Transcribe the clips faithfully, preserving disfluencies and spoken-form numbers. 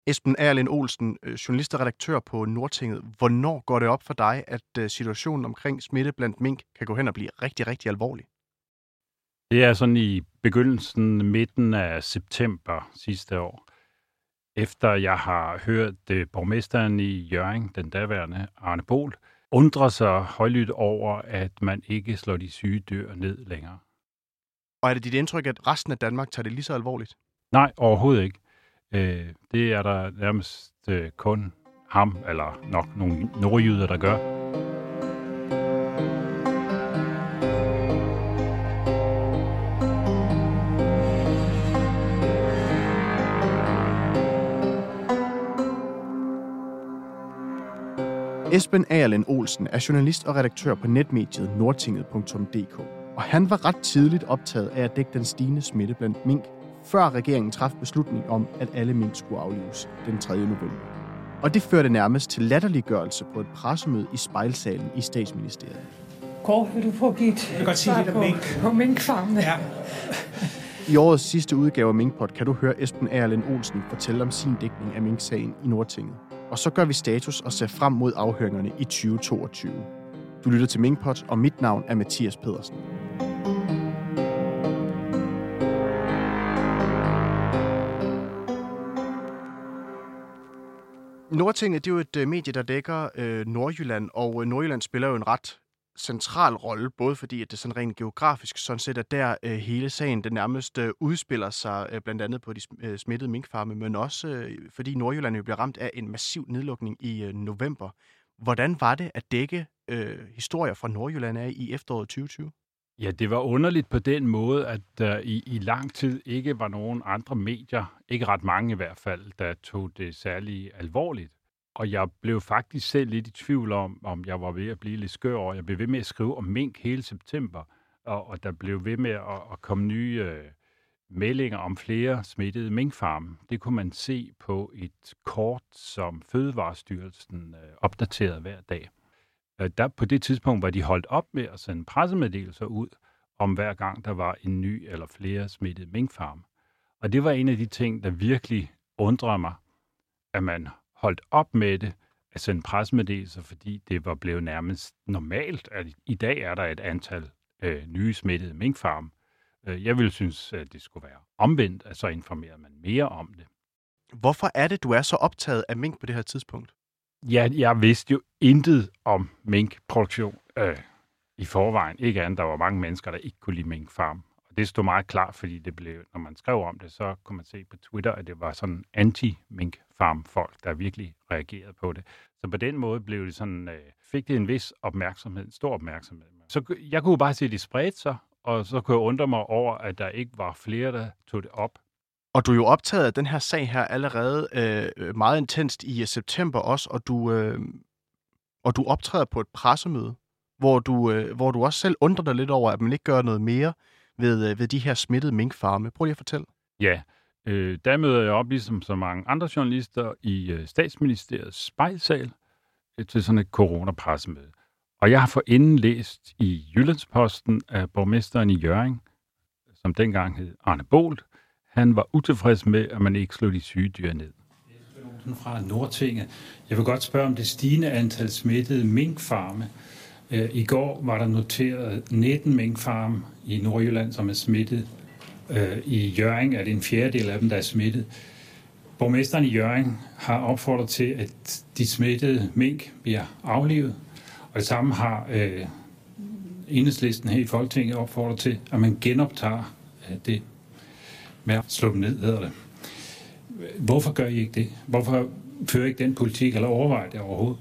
Esben Agerlind Olsen, journalist og redaktør på Nordtinget. Hvornår går det op for dig, at situationen omkring smitte blandt mink kan gå hen og blive rigtig, rigtig alvorlig? Det er sådan i begyndelsen, midten af september sidste år. Efter jeg har hørt borgmesteren i Hjørring, den daværende Arne Bohl, undre sig højlydt over, at man ikke slår de syge dyr ned længere. Og er det dit indtryk, at resten af Danmark tager det lige så alvorligt? Nej, overhovedet ikke. Det er der nærmest kun ham, eller nok nogle nordjyder, der gør. Esben Agerlind Olsen er journalist og redaktør på netmediet nordtinget punktum d k, og han var ret tidligt optaget af at dække den stigende smitte blandt mink, før regeringen traf beslutning om, at alle mink skulle aflives den tredje november. Og det førte nærmest til latterliggørelse på et pressemøde i spejlsalen i Statsministeriet. Kåre, vil du få givet jeg kan godt sige lidt om mink. På minkfarmene? Ja. I årets sidste udgave af Minkpod kan du høre Esben Agerlind Olsen fortælle om sin dækning af minksagen i Nordtinget. Og så gør vi status og ser frem mod afhøringerne i tyve toogtyve. Du lytter til Minkpod, og mit navn er Mathias Pedersen. Nordtinget, det er jo et medie, der dækker øh, Nordjylland, og Nordjylland spiller jo en ret central rolle, både fordi at det sådan rent geografisk sådan set er der øh, hele sagen den nærmest øh, udspiller sig, øh, blandt andet på de øh, smittede minkfarme, men også øh, fordi Nordjylland jo bliver ramt af en massiv nedlukning i øh, november. Hvordan var det at dække øh, historier fra Nordjylland af i efteråret tyve tyve? Ja, det var underligt på den måde, at der i, i lang tid ikke var nogen andre medier, ikke ret mange i hvert fald, der tog det særlig alvorligt. Og jeg blev faktisk selv lidt i tvivl om, om jeg var ved at blive lidt skør over. Jeg blev ved med at skrive om mink hele september, og, og der blev ved med at, at komme nye øh, meldinger om flere smittede minkfarme. Det kunne man se på et kort, som Fødevarestyrelsen øh, opdaterede hver dag. Øh, der, på det tidspunkt var de holdt op med at sende pressemeddelelser ud om hver gang der var en ny eller flere smittede minkfarme. Og det var en af de ting, der virkelig undrede mig, at man holdt op med det, at sende pressemeddelelser, fordi det var blevet nærmest normalt, at i dag er der et antal øh, nye smittede minkfarme. Jeg ville synes, at det skulle være omvendt, at så informerer man mere om det. Hvorfor er det, du er så optaget af mink på det her tidspunkt? Ja, jeg vidste jo intet om minkproduktion øh, i forvejen. Ikke andet, der var mange mennesker, der ikke kunne lide minkfarm. Og det stod meget klart, fordi det blev, når man skrev om det, så kunne man se på Twitter, at det var sådan anti-minkfarm-folk, der virkelig reagerede på det. Så på den måde blev det sådan, øh, fik det en vis opmærksomhed, en stor opmærksomhed. Så jeg kunne bare se, at det spredte sig, og så kunne jeg undre mig over, at der ikke var flere, der tog det op. Og du er jo optaget af den her sag her allerede øh, meget intenst i september også, og du, øh, og du optræder på et pressemøde, hvor du, øh, hvor du også selv undrer dig lidt over, at man ikke gør noget mere ved, øh, ved de her smittede minkfarme. Prøv lige at fortælle. Ja, øh, der møder jeg op ligesom så mange andre journalister i øh, Statsministeriets spejlsal øh, til sådan et coronapressemøde. Og jeg har forinden læst i Jyllandsposten af borgmesteren i Hjørring, som dengang hed Arne Bohl. Han var utilfreds med, at man ikke slog de syge dyr ned. Esben fra Nordtinget. Jeg vil godt spørge om det stigende antal smittede minkfarme. I går var der noteret nitten minkfarme i Nordjylland, som er smittet. I Hjørring er det en fjerdedel af dem, der er smittet. Borgmesteren i Hjørring har opfordret til, at de smittede mink bliver aflivet. Og det samme har øh, Enhedslisten her i Folketinget opfordret til, at man genoptager øh, det med at slå dem ned, hedder det. Hvorfor gør I ikke det? Hvorfor fører I ikke den politik, eller overvejer det overhovedet?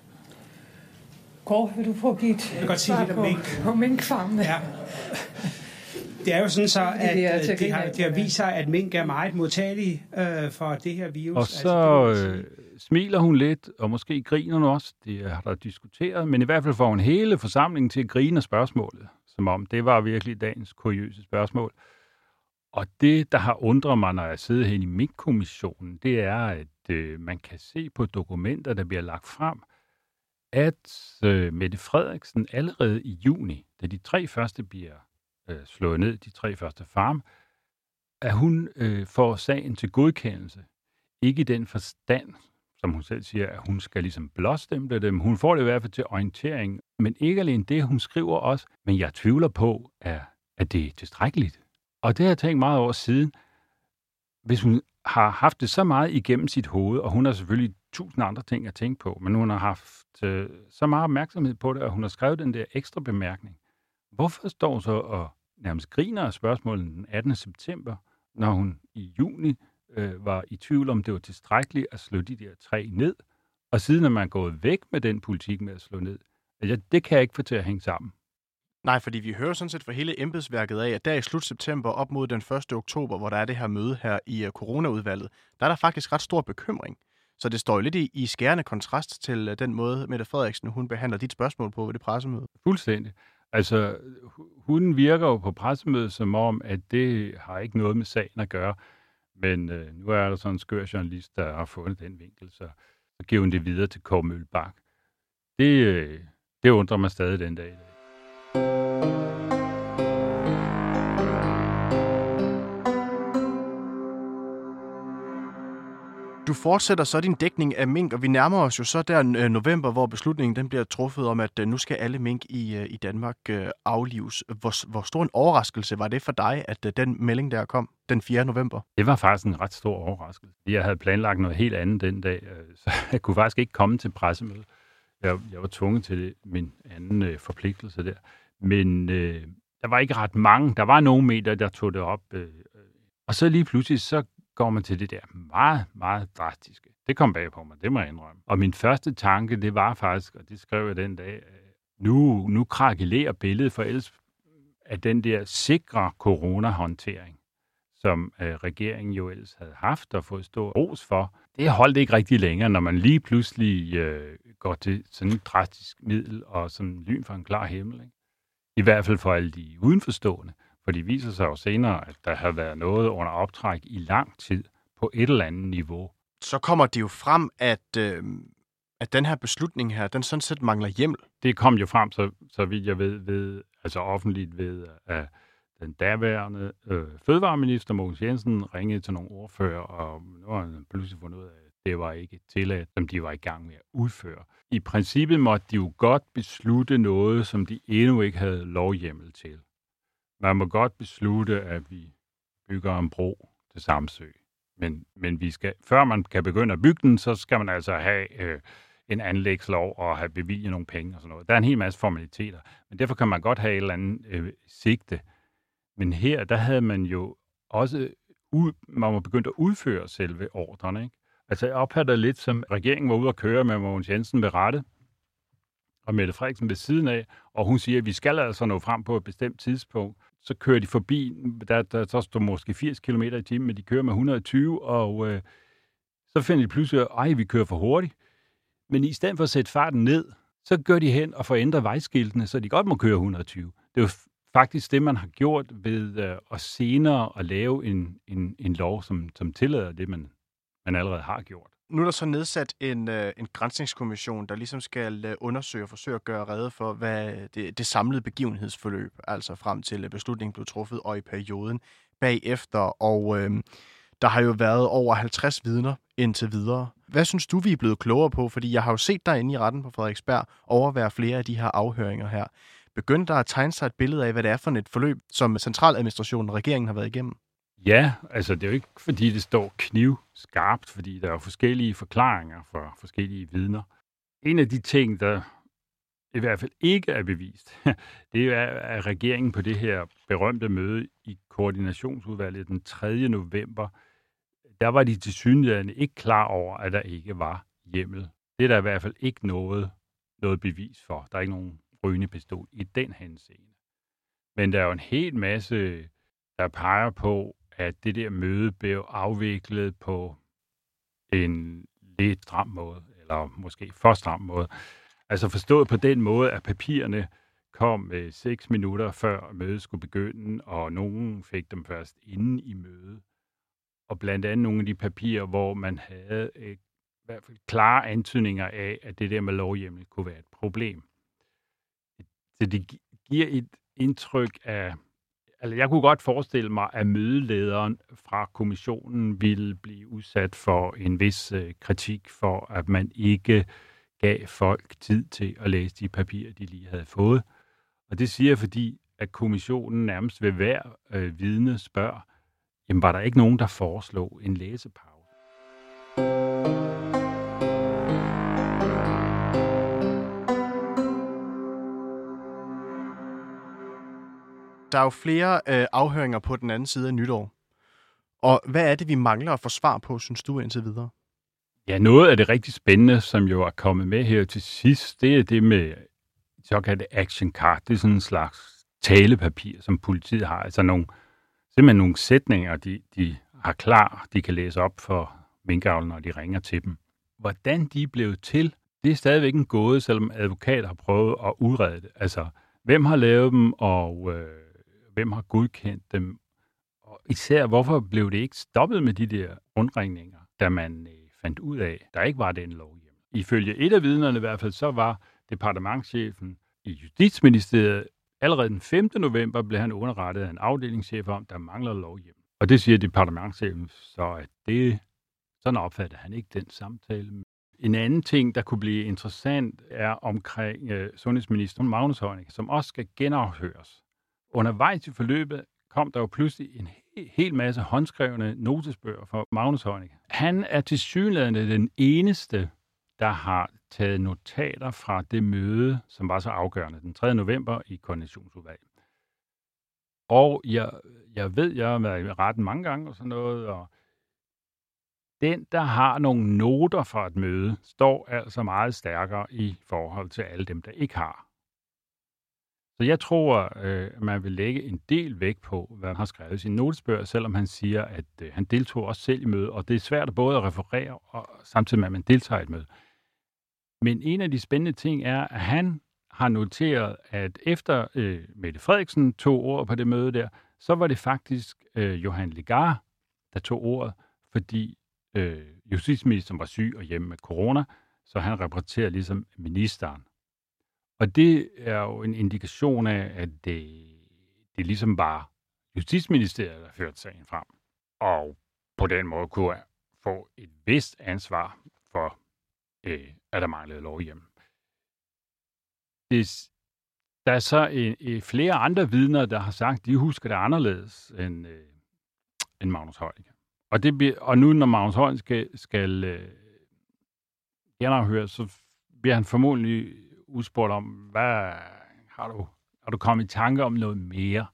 Kåre, vil du få givet jeg kan godt sige lidt om mink. På minkfarmene? Ja. Det er jo sådan så, at det, er det har, det har vist sig, at mink er meget modtagelige øh, for det her virus. Og så øh, smiler hun lidt, og måske griner hun også. Det har der diskuteret, men i hvert fald får hun hele forsamlingen til at grine af spørgsmålet, som om det var virkelig dagens kuriøse spørgsmål. Og det, der har undret mig, når jeg sidder her i Minkkommissionen, det er, at øh, man kan se på dokumenter, der bliver lagt frem, at øh, Mette Frederiksen allerede i juni, da de tre første bliver øh, slået ned, de tre første farme, at hun øh, får sagen til godkendelse Ikke i den forstand, som hun selv siger, at hun skal ligesom blåstemple dem. Hun får det i hvert fald til orientering. Men ikke alene det, hun skriver også, men jeg tvivler på, at, at det er tilstrækkeligt. Og det har jeg tænkt meget over siden. Hvis hun har haft det så meget igennem sit hoved, og hun har selvfølgelig tusind andre ting at tænke på, men hun har haft øh, så meget opmærksomhed på det, at hun har skrevet den der ekstra bemærkning. Hvorfor står hun så og nærmest griner af spørgsmålet den attende september, når hun i juni øh, var i tvivl om, det var tilstrækkeligt at slå de der tre ned, og siden er man gået væk med den politik med at slå ned. Altså, det kan jeg ikke få til at hænge sammen. Nej, fordi vi hører sådan set fra hele embedsværket af, at der i slut september op mod den første oktober, hvor der er det her møde her i uh, coronaudvalget, der er der faktisk ret stor bekymring. Så det står jo lidt i, i skærende kontrast til uh, den måde, Mette Frederiksen hun behandler dit spørgsmål på ved det pressemøde. Fuldstændig. Altså, hun virker jo på pressemødet som om, at det har ikke noget med sagen at gøre. Men øh, nu er der sådan en skør journalist, der har fundet den vinkel, så, så giver hun det videre til Kåre Mølbak. Det, øh, det undrer mig stadig den dag i dag. Du fortsætter så din dækning af mink, og vi nærmer os jo så der øh, november, hvor beslutningen den bliver truffet om, at øh, nu skal alle mink i, øh, i Danmark øh, aflives. Hvor, hvor stor en overraskelse var det for dig, at øh, den melding der kom den fjerde november? Det var faktisk en ret stor overraskelse. Jeg havde planlagt noget helt andet den dag, øh, så jeg kunne faktisk ikke komme til pressemødet. Jeg, jeg var tvunget til det, min anden øh, forpligtelse der. Men øh, der var ikke ret mange. Der var nogle medier, der tog det op. Øh, og så lige pludselig, så går man til det der meget, meget drastiske. Det kom bag på mig, det må jeg indrømme. Og min første tanke, det var faktisk, og det skrev jeg den dag, nu, nu krakelerer billedet for ellers af den der sikre coronahåndtering, som øh, regeringen jo ellers havde haft og fået stor ros for. Det holdt ikke rigtig længere, når man lige pludselig øh, går til sådan et drastisk middel og som lyn for en klar himmel. Ikke? I hvert fald for alle de udenforstående. For det viser sig jo senere, at der har været noget under optræk i lang tid på et eller andet niveau. Så kommer det jo frem, at, øh, at den her beslutning her, den sådan set mangler hjemmel. Det kom jo frem, så, så vidt jeg ved, ved, altså offentligt ved, at den daværende øh, fødevareminister Mogens Jensen ringede til nogle ordfører, og nu har han pludselig fundet ud af, at det var ikke tilladt, som de var i gang med at udføre. I princippet måtte de jo godt beslutte noget, som de endnu ikke havde lovhjemmel til. Man må godt beslutte, at vi bygger en bro til Samsø. Men, men vi skal, før man kan begynde at bygge den, så skal man altså have øh, en anlægslov og have bevilget nogle penge og sådan noget. Der er en hel masse formaliteter, men derfor kan man godt have et eller andet øh, sigte. Men her, der havde man jo også, ud, man var begyndt at udføre selve ordrene. Ikke? Altså jeg opfatter lidt som, regeringen var ude at køre med Mogens Jensen ved rattet, og Mette Frederiksen ved siden af, og hun siger, at vi skal altså nå frem på et bestemt tidspunkt. Så kører de forbi, der, der, der står måske firs kilometer i timen, men de kører med et hundrede og tyve, og øh, så finder de pludselig, ej, vi kører for hurtigt. Men i stedet for at sætte farten ned, så gør de hen og får ændret vejskiltene, så de godt må køre et hundrede og tyve. Det er jo faktisk det, man har gjort ved øh, at senere at lave en, en, en lov, som, som tillader det, man, man allerede har gjort. Nu er der så nedsat en, øh, en granskningskommission, der ligesom skal øh, undersøge og forsøge at gøre rede for, hvad det, det samlede begivenhedsforløb, altså frem til beslutningen blev truffet, og i perioden bagefter. Og øh, der har jo været over halvtreds vidner indtil videre. Hvad synes du, vi er blevet klogere på? Fordi jeg har jo set dig inde i retten på Frederiksberg overvære flere af de her afhøringer her. Begyndte der at tegne sig et billede af, hvad det er for et forløb, som centraladministrationen og regeringen har været igennem? Ja, altså det er jo ikke, fordi det står knivskarpt, fordi der er forskellige forklaringer for forskellige vidner. En af de ting, der i hvert fald ikke er bevist, det er, at regeringen på det her berømte møde i koordinationsudvalget den tredje november, der var de tilsyneladende ikke klar over, at der ikke var hjemmel. Det er der i hvert fald ikke noget, noget bevis for. Der er ikke nogen rygende pistol i den henseende. Men der er jo en hel masse, der peger på, at det der møde blev afviklet på en lidt stram måde, eller måske for stram måde. Altså forstået på den måde, at papirerne kom øh, seks minutter før mødet skulle begynde, og nogen fik dem først inde i mødet. Og blandt andet nogle af de papirer, hvor man havde øh, i hvert fald klare antydninger af, at det der med lovhjemmel kunne være et problem. Så det giver et indtryk af, Altså, jeg kunne godt forestille mig, at mødelederen fra kommissionen ville blive udsat for en vis øh, kritik for, at man ikke gav folk tid til at læse de papirer, de lige havde fået. Og det siger jeg, fordi at kommissionen nærmest ved hver øh, vidne spørger, jamen var der ikke nogen, der foreslog en læsepause? Der er jo flere øh, afhøringer på den anden side af nytår. Og hvad er det, vi mangler at få svar på, synes du, indtil videre? Ja, noget af det rigtig spændende, som jo er kommet med her til sidst, det er det med såkaldte action card. Det er sådan en slags talepapir, som politiet har. Altså nogle, simpelthen nogle sætninger, de, de har klar, de kan læse op for minkavlerne, når de ringer til dem. Hvordan de blev til, det er stadigvæk en gåde, selvom advokater har prøvet at udrede det. Altså, hvem har lavet dem, og øh, hvem har godkendt dem? Og især, hvorfor blev det ikke stoppet med de der rundringninger, da man øh, fandt ud af, der ikke var den lovhjemmel? Ifølge et af vidnerne i hvert fald, så var departementschefen i Justitsministeriet allerede den femte november blev han underrettet af en afdelingschef om, der mangler lovhjemmel. Og det siger departementschefen så, at det, sådan opfattede han ikke den samtale. En anden ting, der kunne blive interessant, er omkring øh, sundhedsministeren Magnus Heunicke, som også skal genafhøres. Undervejs i forløbet kom der jo pludselig en he- hel masse håndskrevne notesbøger fra Magnus Heunicke. Han er tilsyneladende den eneste, der har taget notater fra det møde, som var så afgørende den tredje november i koordinationsudvalget. Og jeg, jeg ved, jeg har været i retten mange gange og sådan noget, og den, der har nogle noter fra et møde, står altså meget stærkere i forhold til alle dem, der ikke har. Så jeg tror, øh, at man vil lægge en del vægt på, hvad han har skrevet i sin notesbøger, selvom han siger, at øh, han deltog også selv i mødet, og det er svært både at referere, og samtidig med, at man deltager i et møde. Men en af de spændende ting er, at han har noteret, at efter øh, Mette Frederiksen tog ordet på det møde der, så var det faktisk øh, Johan Legarth, der tog ordet, fordi øh, justitsministeren var syg og hjemme med corona, så han repræsenterer ligesom ministeren. Og det er jo en indikation af, at det, det ligesom var Justitsministeriet, der førte sagen frem. Og på den måde kunne jeg få et vist ansvar for, øh, at der manglede lovhjemmel. Det, der er så en, en, flere andre vidner, der har sagt, at de husker det anderledes end, øh, end Magnus Heunicke. Og, det, og nu, når Magnus Heunicke skal, skal øh, genafhøres, så bliver han formodentlig udspurgt om, hvad har du, har du kommet i tanke om noget mere?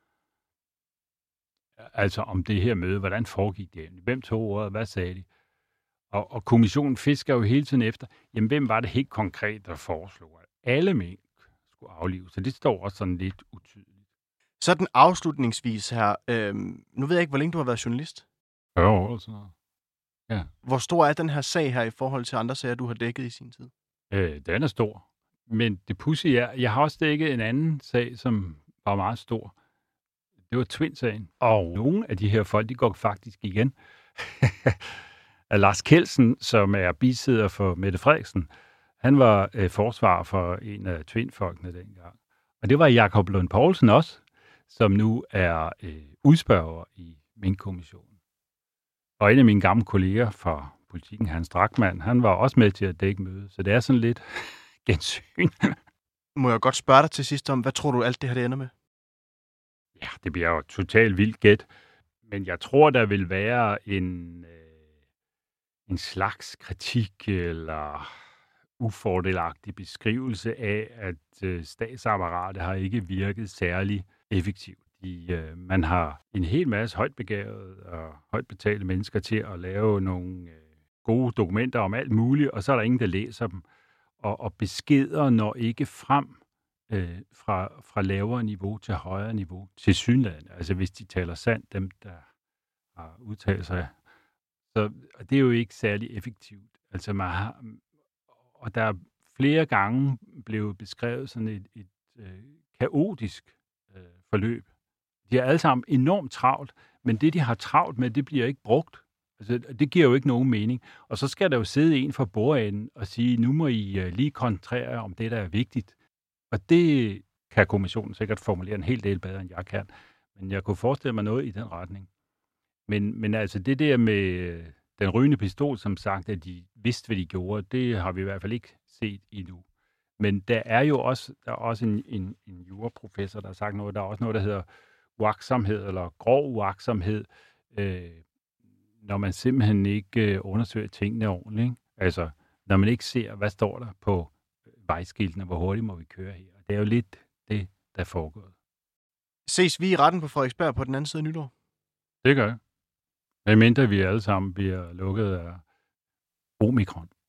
Altså om det her møde, hvordan foregik det? Hvem tog ordet? Hvad sagde de? Og, og kommissionen fisker jo hele tiden efter, jamen hvem var det helt konkret, der foreslog, at alle mink skulle aflives? Så det står også sådan lidt utydeligt. Sådan afslutningsvis her, øh, nu ved jeg ikke, hvor længe du har været journalist. fyrre år eller sådan noget. Ja. Hvor stor er den her sag her i forhold til andre sager, du har dækket i sin tid? Øh, den er stor. Men det pudsige er, jeg har også dækket en anden sag, som var meget stor. Det var Tvindsagen. Og nogle af de her folk, de går faktisk igen. Lars Kelsen, som er bisidder for Mette Frederiksen, han var øh, forsvarer for en af Tvindfolkene dengang. Og det var Jakob Lund Poulsen også, som nu er øh, udspørger i Minkkommissionen. Og en af mine gamle kolleger fra Politikken, Hans Drachmann, han var også med til at dække mødet. Så det er sådan lidt gensyn. Må jeg godt spørge dig til sidst om, hvad tror du alt det her det ender med? Ja, det bliver jo totalt vildt gæt. Men jeg tror, der vil være en, øh, en slags kritik eller ufordelagtig beskrivelse af, at øh, statsapparatet har ikke virket særlig effektivt. De, øh, man har en hel masse højt begavede og højt betalte mennesker til at lave nogle øh, gode dokumenter om alt muligt, og så er der ingen, der læser dem. Og, og beskeder når ikke frem øh, fra, fra lavere niveau til højere niveau til synligheden. Altså hvis de taler sandt, dem der har udtalt sig. Så og det er jo ikke særlig effektivt. Altså man har, og der er flere gange blevet beskrevet sådan et, et øh, kaotisk øh, forløb. De er alle sammen enormt travlt, men det, de har travlt med, det bliver ikke brugt. Altså, det giver jo ikke nogen mening. Og så skal der jo sidde en for bordenden og sige, nu må I uh, lige koncentrere om det, der er vigtigt. Og det kan kommissionen sikkert formulere en hel del bedre, end jeg kan. Men jeg kunne forestille mig noget i den retning. Men, men altså det der med den rygende pistol, som sagt, at de vidste, hvad de gjorde, det har vi i hvert fald ikke set endnu. Men der er jo også, der er også en, en, en juraprofessor, der har sagt noget. Der er også noget, der hedder uagtsomhed, eller grov uagtsomhed, øh, når man simpelthen ikke øh, undersøger tingene ordentligt. Ikke? Altså, når man ikke ser, hvad står der på vejskiltene, hvor hurtigt må vi køre her. Det er jo lidt det, der foregår. Ses vi i retten på Frederiksberg på den anden side af nytår? Det gør jeg. Medmindre vi alle sammen bliver lukket af omikron.